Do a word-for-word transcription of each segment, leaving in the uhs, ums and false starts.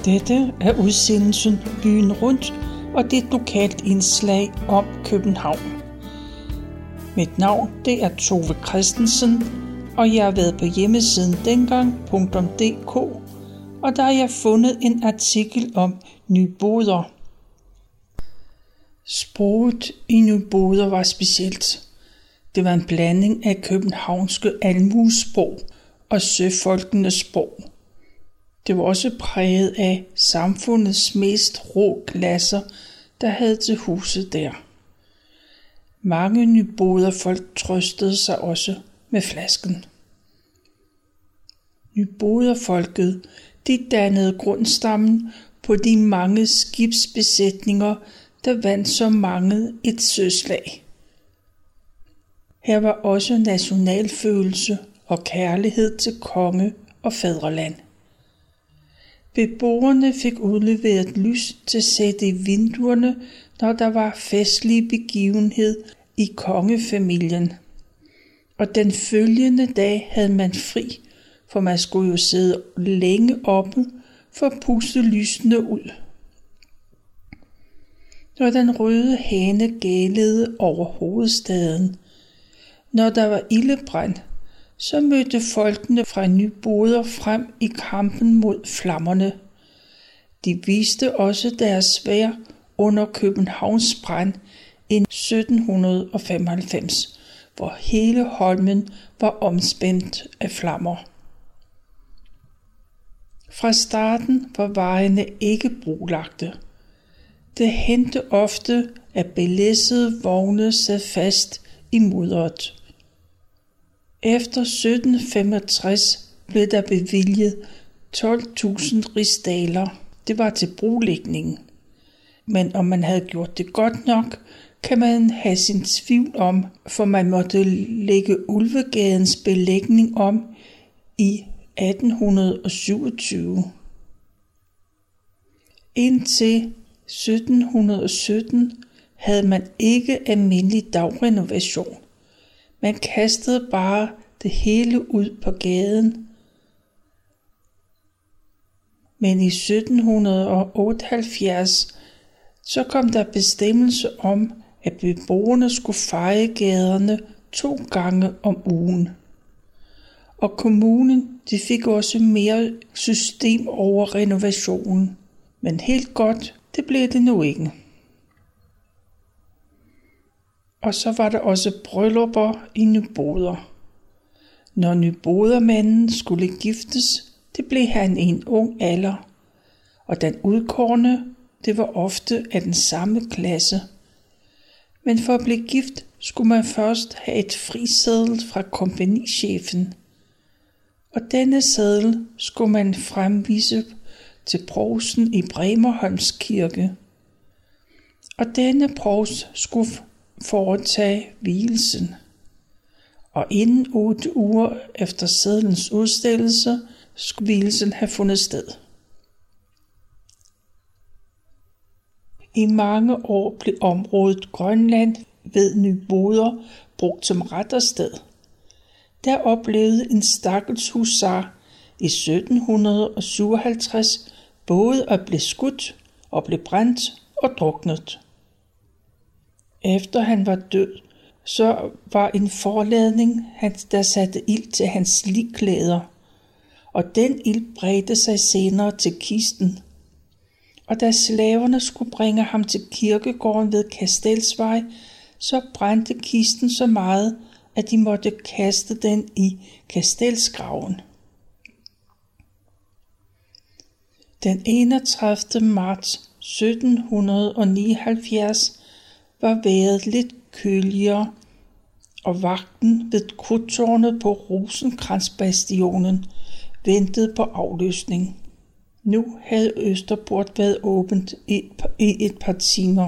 Dette er udsendelsen Byen Rundt, og det er et lokalt indslag om København. Mit navn det er Tove Christensen, og jeg har været på hjemmesiden dengang punktum d k, og der har jeg fundet en artikel om Nyboder. Sproget i Nyboder var specielt. Det var en blanding af københavnske almuesprog og søfolkenes sprog. Det var også præget af samfundets mest rå klasser, der havde til huse der. Mange nyboderfolk trøstede sig også med flasken. Nyboderfolket, de dannede grundstammen på de mange skibsbesætninger, der vandt så mange et søslag. Her var også nationalfølelse og kærlighed til konge og fædreland. Beboerne fik udleveret lys til at sætte i vinduerne, når der var festlig begivenhed i kongefamilien. Og den følgende dag havde man fri, for man skulle jo sidde længe oppe for at puste lysene ud. Når den røde hane galede over hovedstaden, når der var ildebrand, så mødte folkene fra Nyboder frem i kampen mod flammerne. De viste også deres sværd under Københavns brand i sytten femoghalvfems, hvor hele Holmen var omspændt af flammer. Fra starten var vejene ikke brolagte. Det hændte ofte, at belæssede vogne sad fast i mudderet. Efter sytten femogtres blev der bevilget tolv tusind rigsdaler. Det var til brolægningen. Men om man havde gjort det godt nok, kan man have sin tvivl om, for man måtte lægge Ulvegadens belægning om i atten syvogtyve. Indtil sytten sytten havde man ikke almindelig dagrenovation. Man kastede bare det hele ud på gaden. Men i sytten otteoghalvfjerds så kom der bestemmelse om, at beboerne skulle feje gaderne to gange om ugen. Og kommunen de fik også mere system over renovationen. Men helt godt, det blev det nu ikke. Og så var der også bryllupper i Nyboder. Når nybodermanden skulle giftes, det blev han i en ung alder, og den udkårne, det var ofte af den samme klasse. Men for at blive gift, skulle man først have et friseddel fra kompagnichefen, og denne seddel skulle man fremvise til provsten i Bremerholms kirke. Og denne provst skulle foretage vielsen. Og inden otte uger efter sedlens udstillelse skulle vielsen have fundet sted. I mange år blev området Grønland ved Nyboder brugt som rettersted. Der oplevede en stakkels husar i sytten syvoghalvtreds både at blive skudt og blev brændt og druknet. Efter han var død, så var en forladning, der satte ild til hans ligklæder, og den ild bredte sig senere til kisten. Og da slaverne skulle bringe ham til kirkegården ved Kastelsvej, så brændte kisten så meget, at de måtte kaste den i Kastelsgraven. Den enogtredivte marts sytten nioghalvfjerds var vejret lidt køligere, og vagten ved krudttårnet på Rosenkrantz-bastionen ventede på afløsning. Nu havde Østerport været åbent i et par timer.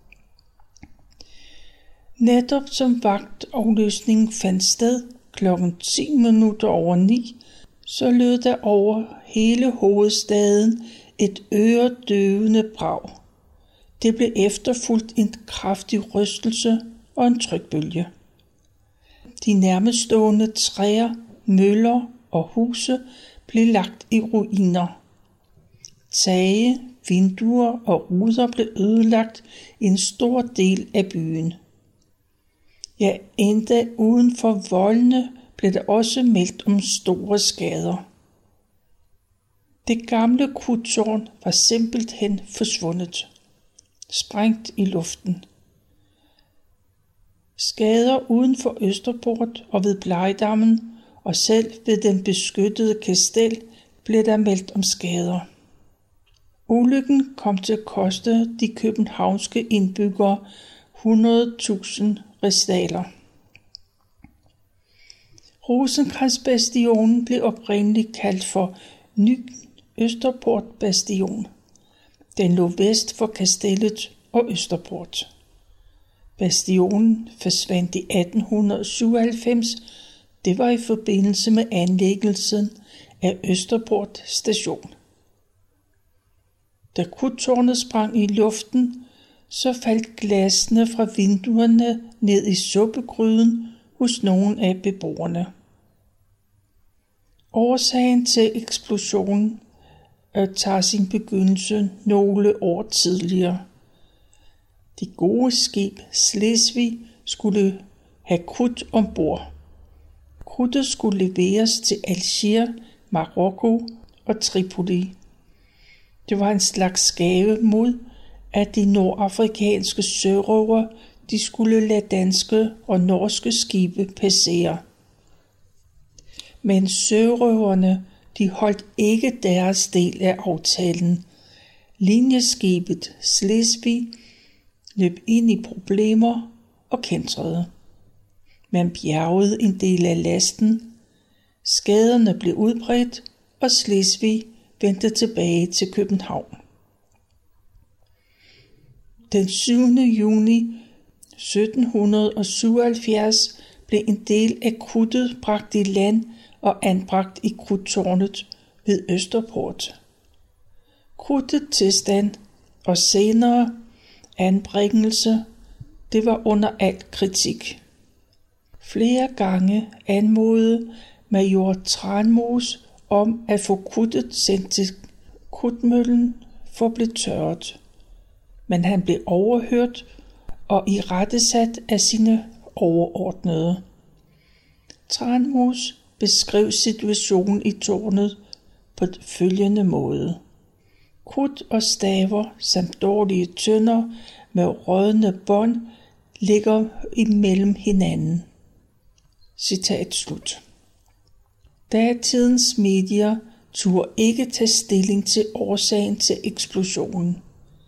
Netop som vagtafløsningen fandt sted klokken ti minutter over ni, så lød der over hele hovedstaden et øredøvende brag. Det blev efterfulgt en kraftig rystelse og en trykbølge. De nærmestående træer, møller og huse blev lagt i ruiner. Tage, vinduer og ruder blev ødelagt i en stor del af byen. Ja, endda uden for voldene blev der også meldt om store skader. Det gamle krudttårn var simpelthen forsvundet, sprængt i luften. Skader uden for Østerport og ved Blegdammen og selv ved den beskyttede kastel blev der meldt om skader. Ulykken kom til at koste de københavnske indbyggere hundrede tusind rigsdaler. Rosenkrantz-bastionen blev oprindeligt kaldt for Ny Østerport Bastion. Den lå vest for kastellet og Østerport. Bastionen forsvandt i atten syvoghalvfems. Det var i forbindelse med anlæggelsen af Østerport station. Da krudttårnet sprang i luften, så faldt glasene fra vinduerne ned i suppegryden hos nogle af beboerne. Årsagen til eksplosionen tager sin begyndelse nogle år tidligere. Det gode skib Slesvig skulle have krudt ombord. Krudtet skulle leveres til Algier, Marokko og Tripoli. Det var en slags gave mod, at de nordafrikanske sørøvere de skulle lade danske og norske skibe passere. Men sørøverne de holdt ikke deres del af aftalen. Linjeskibet Slesvig løb ind i problemer og kæntrede. Man bjergede en del af lasten. Skaderne blev udbredt, og Slesvig vendte tilbage til København. Den syvende juni sytten syvoghalvfjerds blev en del af krudtet bragt i land og anbragt i krudttårnet ved Østerport. Krudtet tilstand og senere anbringelse, det var under al kritik. Flere gange anmodede major Tranmose om at få krudtet sendt til krudtmøllen for at blive tørret, men han blev overhørt og irettesat af sine overordnede. Tranmose beskrev situationen i tårnet på følgende måde. Krudt og staver samt dårlige tønder med rådne bånd ligger imellem hinanden. Citat slut. Datidens medier turde ikke tage stilling til årsagen til eksplosionen.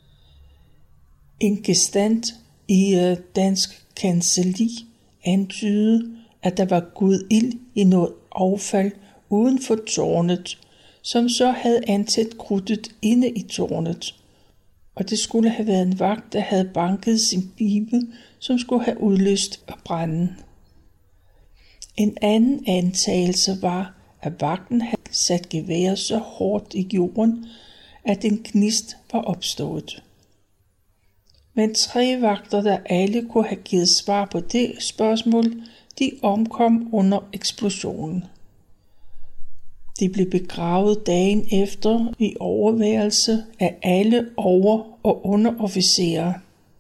En gestand i Dansk Kancelli antydede, at der var gået ild i noget affald uden for tårnet, som så havde antændt krudtet inde i tårnet, og det skulle have været en vagt, der havde banket sin pibe, som skulle have udløst branden. En anden antagelse var, at vagten havde sat geværet så hårdt i jorden, at en gnist var opstået. Men tre vagter, der alle kunne have givet svar på det spørgsmål, de omkom under eksplosionen. De blev begravet dagen efter i overværelse af alle over- og underofficerer.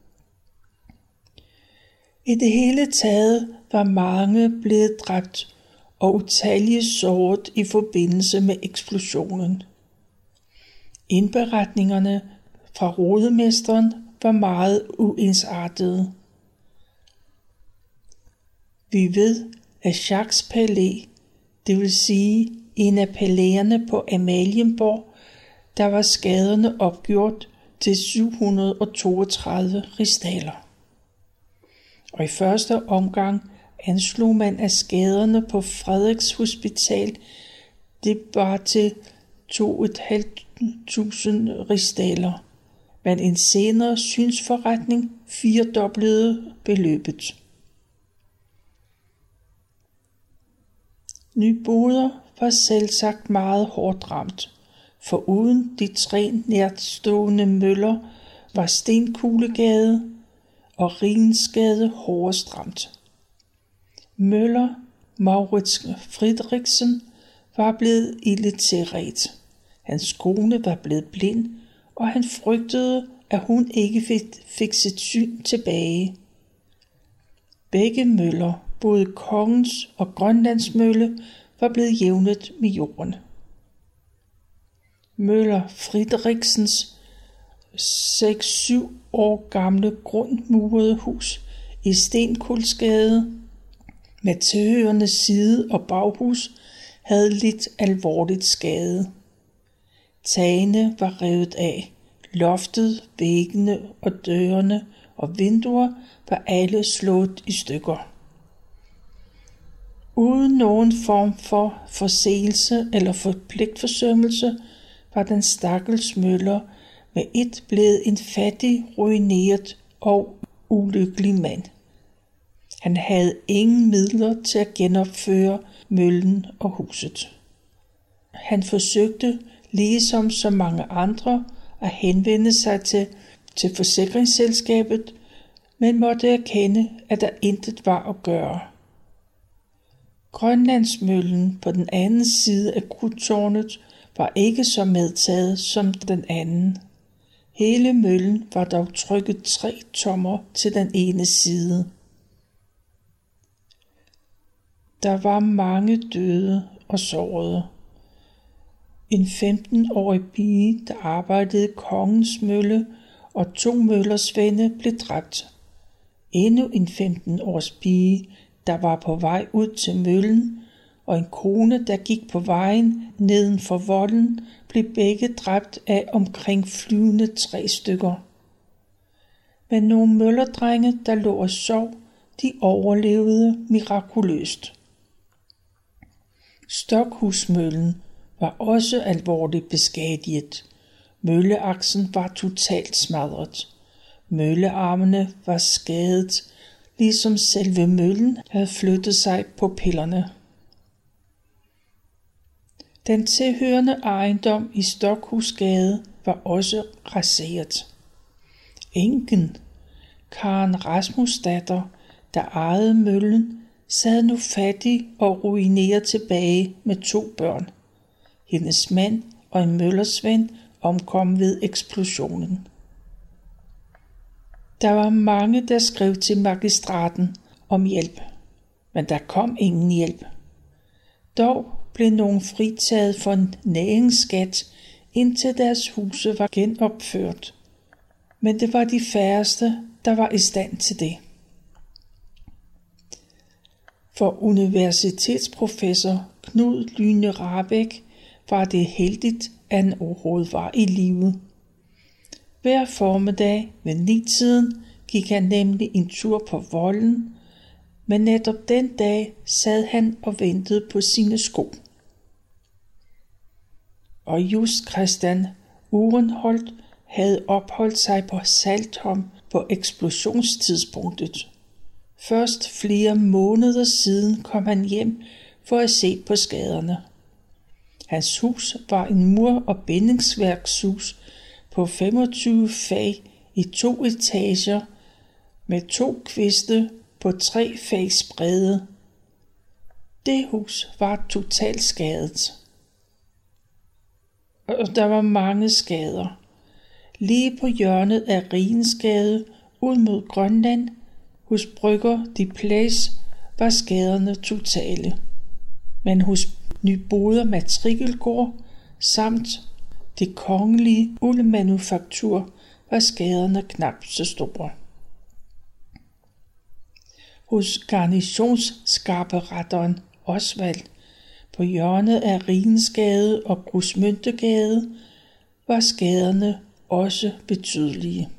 I det hele taget var mange blevet dræbt og utallige såret i forbindelse med eksplosionen. Indberetningerne fra rodemesteren var meget uensartede. Vi ved, at Jacques Palæ, det vil sige en af palæerne på Amalienborg, der var skaderne opgjort til syv hundrede toogtredive rigsdaler. Og i første omgang anslog man, at skaderne på Frederiks Hospital det var til to tusind fem hundrede rigsdaler, men en senere synsforretning firedoblede beløbet. Nyboder var selvsagt meget hårdt ramt, for uden de tre nærtstående møller var Stenkuglegade og Rigensgade hårdest ramt. Møller Maurits Friedrichsen var blevet ilde tilredt. Hans kone var blevet blind, og han frygtede, at hun ikke fik, fik sit syn tilbage. Begge møller, både kongens og Grønlands mølle, var blevet jævnet med jorden. Møller Frideriksens seks syv år gamle grundmurede hus i Stenkulsgade med tilhørende side- og baghus havde lidt alvorligt skade. Tagene var revet af, loftet, væggene og dørene og vinduer var alle slået i stykker. Uden nogen form for forseelse eller for pligtforsømmelse var den stakkels møller med et blevet en fattig, ruineret og ulykkelig mand. Han havde ingen midler til at genopføre møllen og huset. Han forsøgte, ligesom så mange andre, at henvende sig til, til forsikringsselskabet, men måtte erkende, at der intet var at gøre. Grønlandsmøllen på den anden side af krudttårnet var ikke så medtaget som den anden. Hele møllen var dog trykket tre tommer til den ene side. Der var mange døde og sårede. En femten-årig pige, der arbejdede i kongens mølle, og to møllersvende blev dræbt. Endnu en femten-års pige, der var på vej ud til møllen, og en kone, der gik på vejen neden for volden, blev begge dræbt af omkring flyvende tre stykker. Men nogle møllerdrenge, der lå og sov, de overlevede mirakuløst. Stokhusmøllen var også alvorligt beskadiget. Mølleaksen var totalt smadret. Møllearmene var skadet, ligesom selve møllen havde flyttet sig på pillerne. Den tilhørende ejendom i Stokhusgade var også raseret. Enken, Karen Rasmusdatter, der ejede møllen, sad nu fattig og ruineret tilbage med to børn. Hendes mand og en møllersvend omkom ved eksplosionen. Der var mange, der skrev til magistraten om hjælp, men der kom ingen hjælp. Dog blev nogen fritaget for en næringsskat, indtil deres huse var genopført. Men det var de færreste, der var i stand til det. For universitetsprofessor Knud Lyne Rahbek var det heldigt, at han overhovedet var i live. Hver formiddag ved ni-tiden gik han nemlig en tur på volden, men netop den dag sad han og ventede på sine sko. Og just Christian Urenholdt havde opholdt sig på Saltholm på eksplosionstidspunktet. Først flere måneder siden kom han hjem for at se på skaderne. Hans hus var en mur- og bindingsværkshus på femogtyve fag i to etager med to kviste på tre fags bredde. Det hus var totalt skadet. Og der var mange skader. Lige på hjørnet af Rigensgade ud mod Grønland hos Brygger de Place var skaderne totale. Men hos Nyboder Matrikelgård samt det kongelige uldmanufaktur var skaderne knap så store. Hos garnisonsskarperetteren Osvald på hjørnet af Rigensgade og Grusmyntegade var skaderne også betydelige.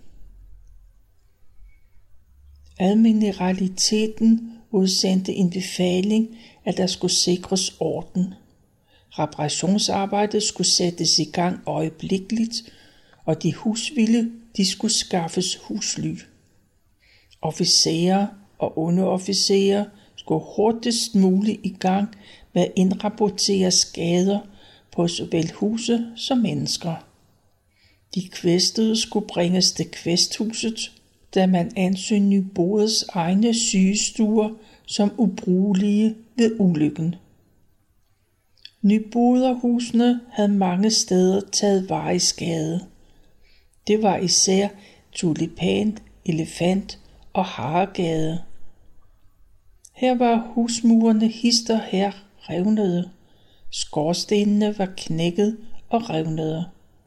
Admiraliteten udsendte en befaling, at der skulle sikres orden. Reparationsarbejdet skulle sættes i gang øjeblikkeligt, og de husvilde, de skulle skaffes husly. Officerer og underofficerer skulle hurtigst muligt i gang med at indrapportere skader på såvel huse som mennesker. De kvæstede skulle bringes til kvæsthuset, da man anså Nyboders egne sygestuer som ubrugelige ved ulykken. Nyboderhusene havde mange steder taget varig skade. Det var især Tulipan, Elefant og Haregade. Her var husmurene hister her revnede. Skorstenene var knækket og revnede.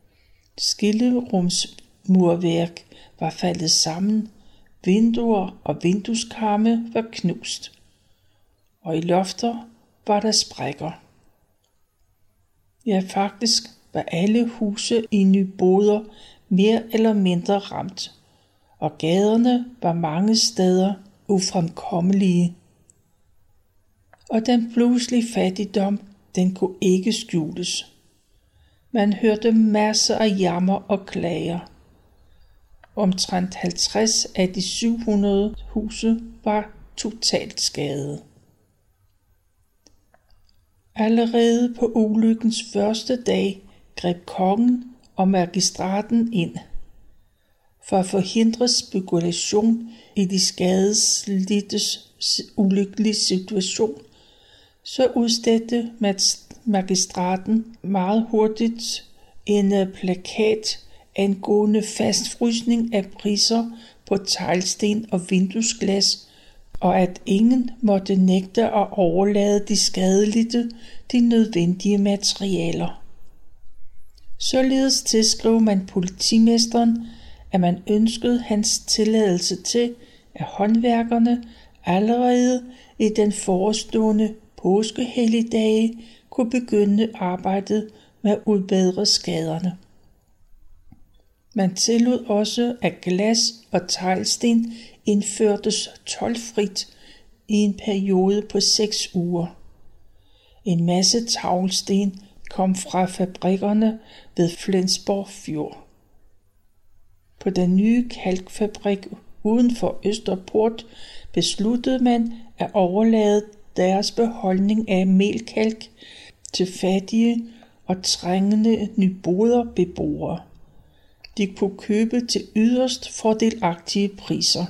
Skillerumsmurværk var faldet sammen. Vinduer og vindueskarme var knust. Og i lofter var der sprækker. Ja, faktisk var alle huse i Nyboder mere eller mindre ramt, og gaderne var mange steder ufremkommelige. Og den pludselige fattigdom, den kunne ikke skjules. Man hørte masser af jammer og klager. Omtrent halvtreds af de syv hundrede huse var totalt skadede. Allerede på ulykkens første dag greb kongen og magistraten ind. For at forhindre spekulation i de skadeslidtes ulykkelige situation, så udstedte magistraten meget hurtigt en plakat angående fastfrysning af priser på teglsten og vinduesglas, og at ingen måtte nægte at overlade de skadelidte de nødvendige materialer. Således tilskrev man politimesteren, at man ønskede hans tilladelse til, at håndværkerne allerede i den forestående påskehelligdage kunne begynde arbejdet med at udbedre skaderne. Man tillod også, at glas og teglsten indførtes toldfrit i en periode på seks uger. En masse teglsten kom fra fabrikkerne ved Flensborg Fjord. På den nye kalkfabrik uden for Østerport besluttede man at overlade deres beholdning af melkalk til fattige og trængende Nyboder-beboere. De kunne købe til yderst fordelagtige priser.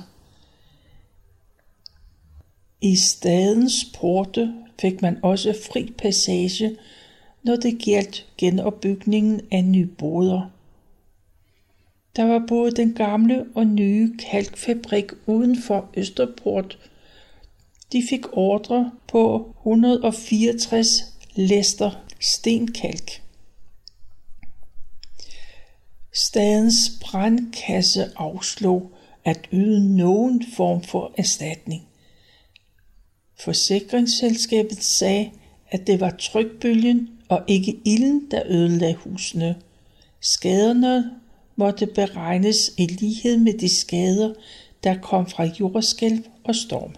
I stadens porte fik man også fri passage, når det gjaldt genopbygningen af Nyboder. Der var både den gamle og nye kalkfabrik uden for Østerport. De fik ordre på et hundrede og fireogtres læster stenkalk. Stadens brandkasse afslog at yde nogen form for erstatning. Forsikringsselskabet sagde, at det var trykbølgen og ikke ilden, der ødelagde husene. Skaderne måtte beregnes i lighed med de skader, der kom fra jordskælv og storm.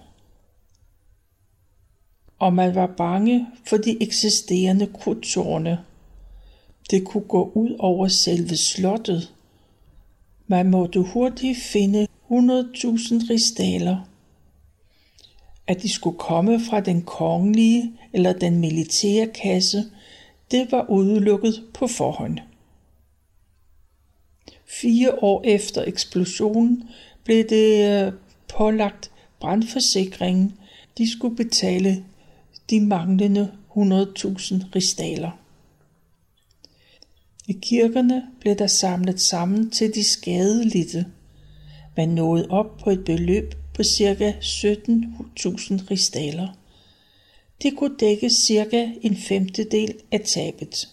Og man var bange for de eksisterende krudttårne. Det kunne gå ud over selve slottet. Man måtte hurtigt finde hundrede tusind rigsdaler. At de skulle komme fra den kongelige eller den militære kasse, det var udelukket på forhånd. Fire år efter eksplosionen blev det pålagt brandforsikringen. De skulle betale de manglende hundrede tusind rigsdaler. I kirkerne blev der samlet sammen til de skadelidte. Man nåede op på et beløb på ca. sytten tusind rigsdaler. Det kunne dække ca. en femtedel af tabet.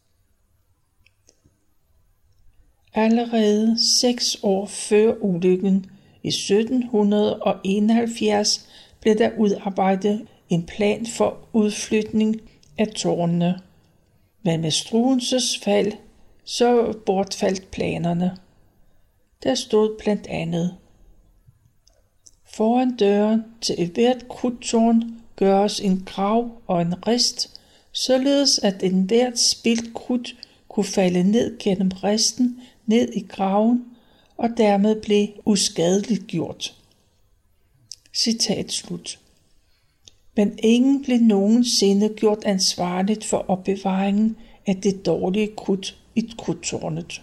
Allerede seks år før ulykken i sytten enoghalvfjerds blev der udarbejdet en plan for udflytning af tårnene. Men med Struensees fald, så bortfaldt planerne. Der stod blandt andet: foran døren til et hvert krudttårn gøres en grav og en rist, således at enhvert spildt krudt kunne falde ned gennem risten ned i graven og dermed blive uskadeligt gjort. Citat slut. Men ingen blev nogensinde gjort ansvarligt for opbevaringen af det dårlige krudt i krudttårnet.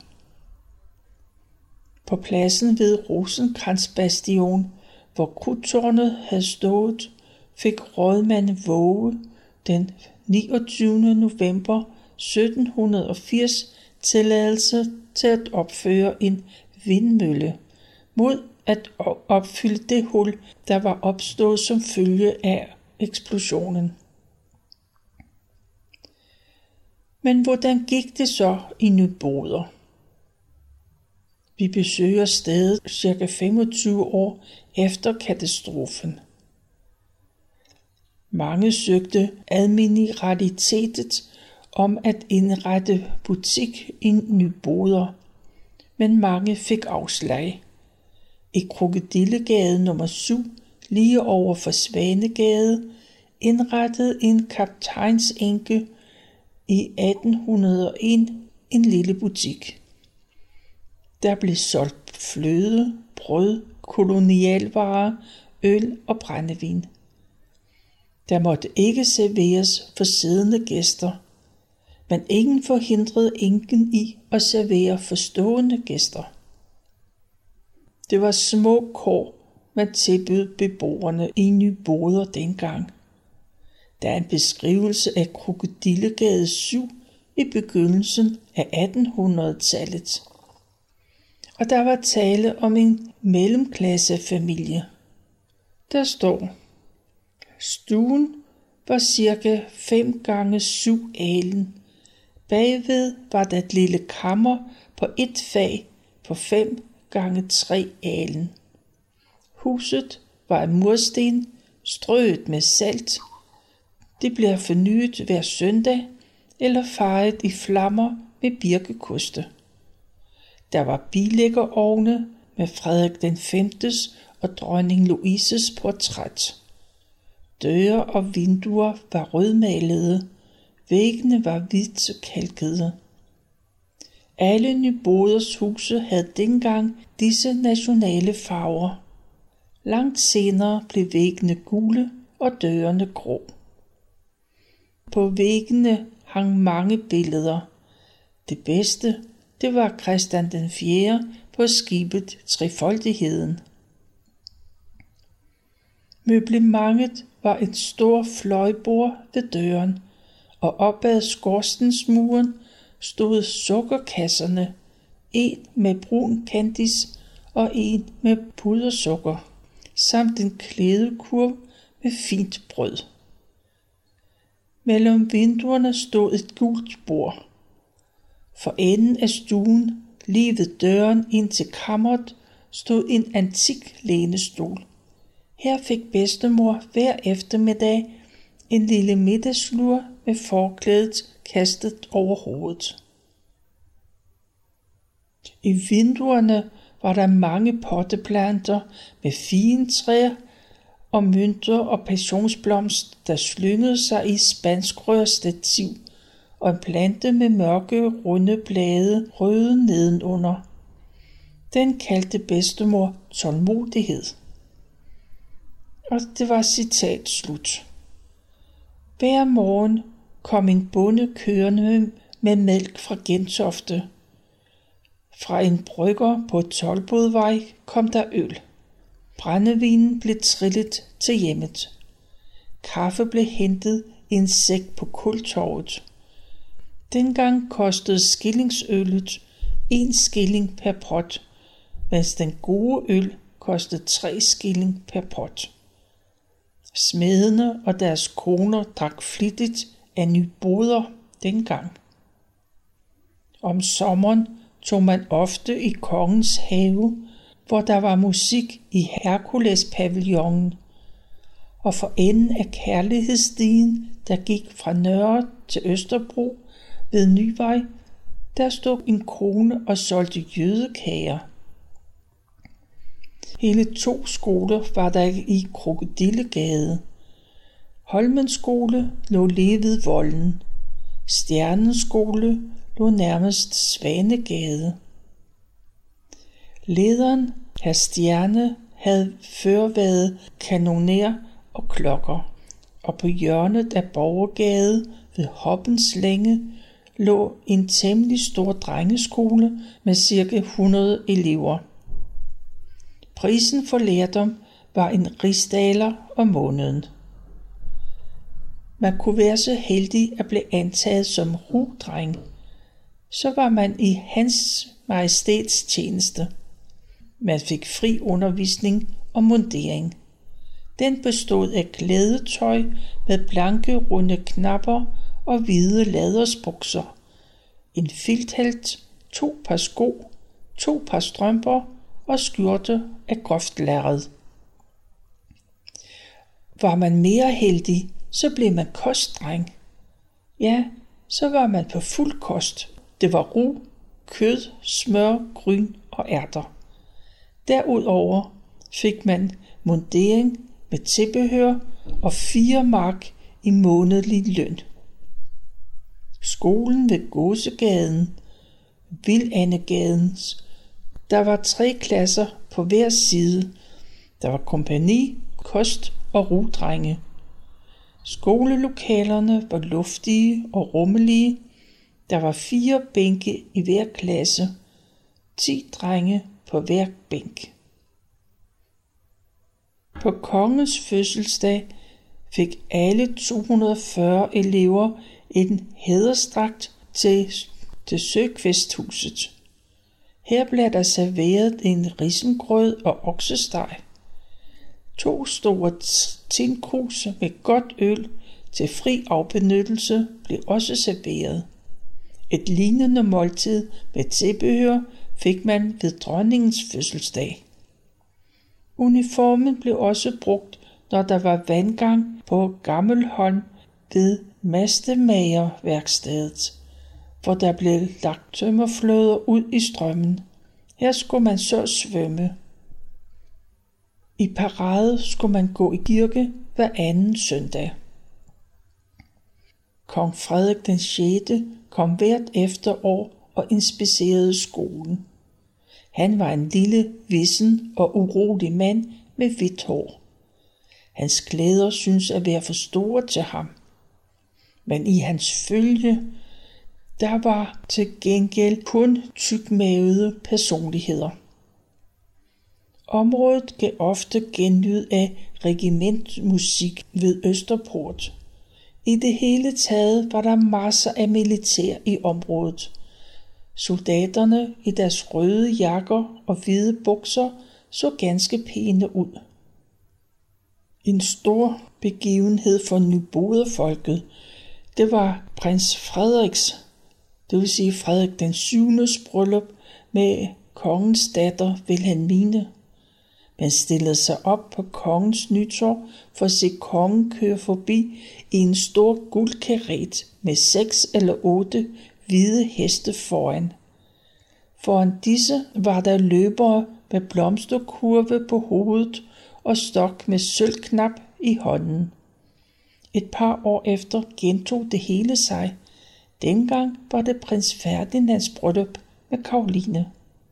På pladsen ved Rosenkrantz Bastion, hvor krudttårnet havde stået, fik rådmand Våge den niogtyvende november sytten hundrede og firs tilladelse til at opføre en vindmølle, mod at opfylde det hul, der var opstået som følge af eksplosionen. Men hvordan gik det så i Nyboder? Vi besøger stedet ca. femogtyve år efter katastrofen. Mange søgte admiralitetet om at indrette butik i Nyboder, men mange fik afslag. I Krokodillegade nummer syv, lige over for Svanegade, indrettede en kaptajnsenke i atten hundrede og en en lille butik. Der blev solgt fløde, brød, kolonialvarer, øl og brændevin. Der måtte ikke serveres for siddende gæster, men ingen forhindrede enken i at servere for stående gæster. Det var små kår, man tilbød beboerne i Nyboder dengang. Der er en beskrivelse af Krokodillegade syv i begyndelsen af attenhundredetallet. Og der var tale om en mellemklassefamilie. Der står: stuen var cirka fem gange syv alen. Bagved var der et lille kammer på et fag på fem gange tre alen. Huset var af mursten, strøet med salt. Det bliver fornyet hver søndag eller fejet i flammer med birkekoste. Der var bilæggerovne med Frederik den femtes og dronning Louises portræt. Døre og vinduer var rødmalede, væggene var hvidt kalkede. Alle Nyboders huse havde dengang disse nationale farver. Langt senere blev væggene gule og dørene grå. På væggene hang mange billeder. Det bedste, det var Christian den fjerde på skibet Trefoldigheden. Møblementet var et stort fløjbord ved døren, og op ad skorstensmuren stod sukkerkasserne, en med brun kandis og en med pudersukker, samt en klædekurv med fint brød. Mellem vinduerne stod et gult bord. For enden af stuen, lige ved døren ind til kammeret, stod en antik lænestol. Her fik bedstemor hver eftermiddag en lille middagslur med forklædet kastet over hovedet. I vinduerne var der mange potteplanter med fine træer og mynter og passionsblomst, der slyngede sig i spanskrørstativ, og en plante med mørke, runde blade, røde nedenunder. Den kaldte bedstemor tålmodighed. Og det var citat slut. Hver morgen kom en bonde kørende med mælk fra Gentofte. Fra en brygger på Toldbodvej kom der øl. Brændevinen blev trillet til hjemmet. Kaffe blev hentet i en sæk på Kultorvet. Dengang kostede skillingsøllet en skilling per pot, mens den gode øl kostede tre skilling per pot. Smedene og deres koner drak flittigt af Nyboder dengang. Om sommeren tog man ofte i kongens have, hvor der var musik i Herkulespavillonen, og for enden af kærlighedsstien, der gik fra Nørre til Østerbro ved Nyvej, der stod en kone og solgte jødekager. Hele to skoler var der i Krokodillegade. Holmens skole lå lige ved Volden. Stjernens skole lå nærmest Svanegade. Lederen, herr Stjerne, havde før været kanoner og klokker, og på hjørnet af Borgergade ved Hoppens Længe lå en temmelig stor drengeskole med cirka hundrede elever. Prisen for lærdom var en rigsdaler om måneden. man kunne være så heldig at blive antaget som rugdreng, så var man i Hans Majestæts tjeneste. Man fik fri undervisning og mundering. Den bestod af klædetøj med blanke runde knapper og hvide lædersbukser, en filthelt, to par sko, to par strømper og skjorte af groft lærred. Var man mere heldig, så blev man kostdreng. Ja, så var man på fuld kost. Det var rug, kød, smør, gryn og ærter. Derudover fik man mundering med tilbehør og fire mark i månedlig løn. Skolen ved Gåsegaden, Vildandegadens, der var tre klasser på hver side. Der var kompagni, kost og rugdrenge. Skolelokalerne var luftige og rummelige. Der var fire bænke i hver klasse, ti drenge på hver bænk. På kongens fødselsdag fik alle to hundrede og fyrre elever en hædersdragt til, til søkvæsthuset. Her blev der serveret en risengrød og oksesteg. To store tinkrus med godt øl til fri afbenyttelse blev også serveret. Et lignende måltid med tilbehør fik man ved dronningens fødselsdag. Uniformen blev også brugt, når der var vandgang på Gammelholm ved Mastemagerværkstedet, hvor der blev lagt tømmerflåder ud i strømmen. Her skulle man så svømme. I parade skulle man gå i kirke hver anden søndag. Kong Frederik den sjette kom hvert efterår og inspicerede skolen. Han var en lille, vissen og urolig mand med hvidt hår. Hans klæder synes at være for store til ham. Men i hans følge, der var til gengæld kun tykmavede personligheder. Området gav ofte genlyd af regimentmusik ved Østerport. I det hele taget var der masser af militær i området. Soldaterne i deres røde jakker og hvide bukser så ganske pæne ud. En stor begivenhed for nyboderfolket, det var prins Frederiks, det vil sige Frederik den syvendes bryllup med kongens datter Vilhelmine. Man stillede sig op på kongens nytorv for at se kongen køre forbi i en stor guldkaret med seks eller otte hvide heste foran. Foran disse var der løbere med blomsterkurve på hovedet og stok med sølvknap i hånden. Et par år efter gentog det hele sig. Dengang var det prins Ferdinands bryllup med Caroline.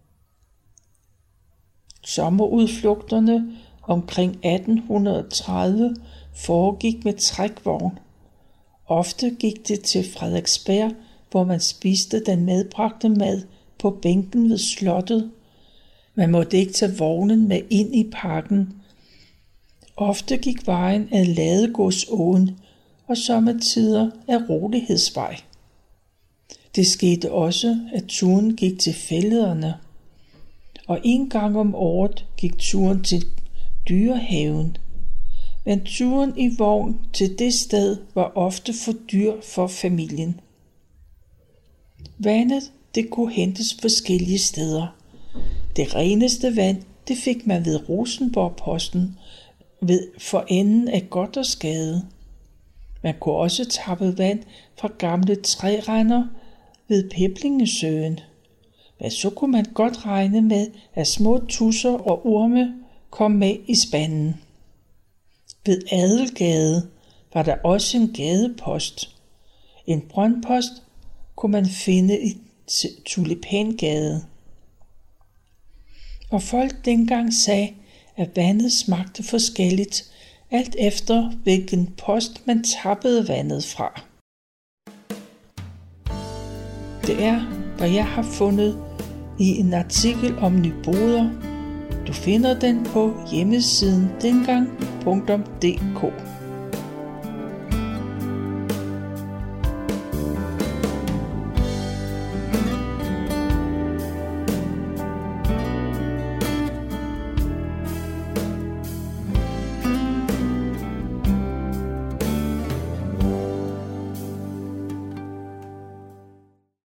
Sommerudflugterne omkring atten tredive foregik med trækvogn. Ofte gik det til Frederiksberg, hvor man spiste den medbragte mad på bænken ved slottet. Man måtte ikke tage vognen med ind i parken. Ofte gik vejen ad Ladegårdsåen og sommetider af Rolighedsvej. Det skete også, at turen gik til fællederne. Og en gang om året gik turen til Dyrehaven. Men turen i vogn til det sted var ofte for dyr for familien. Vandet, det kunne hentes forskellige steder. Det reneste vand, det fik man ved Rosenborgposten, ved for enden af Gothersgade. Man kunne også tappe vand fra gamle trærender ved Peblingesøen. Men så kunne man godt regne med, at små tusser og orme kom med i spanden. Ved Adelgade var der også en gadepost. En brøndpost kunne man finde i Tulipangade. Og folk dengang sagde, at vandet smagte forskelligt, alt efter hvilken post man tappede vandet fra. Det er, hvad jeg har fundet i en artikel om Nyboder. Du finder den på hjemmesiden dengang punktum d k.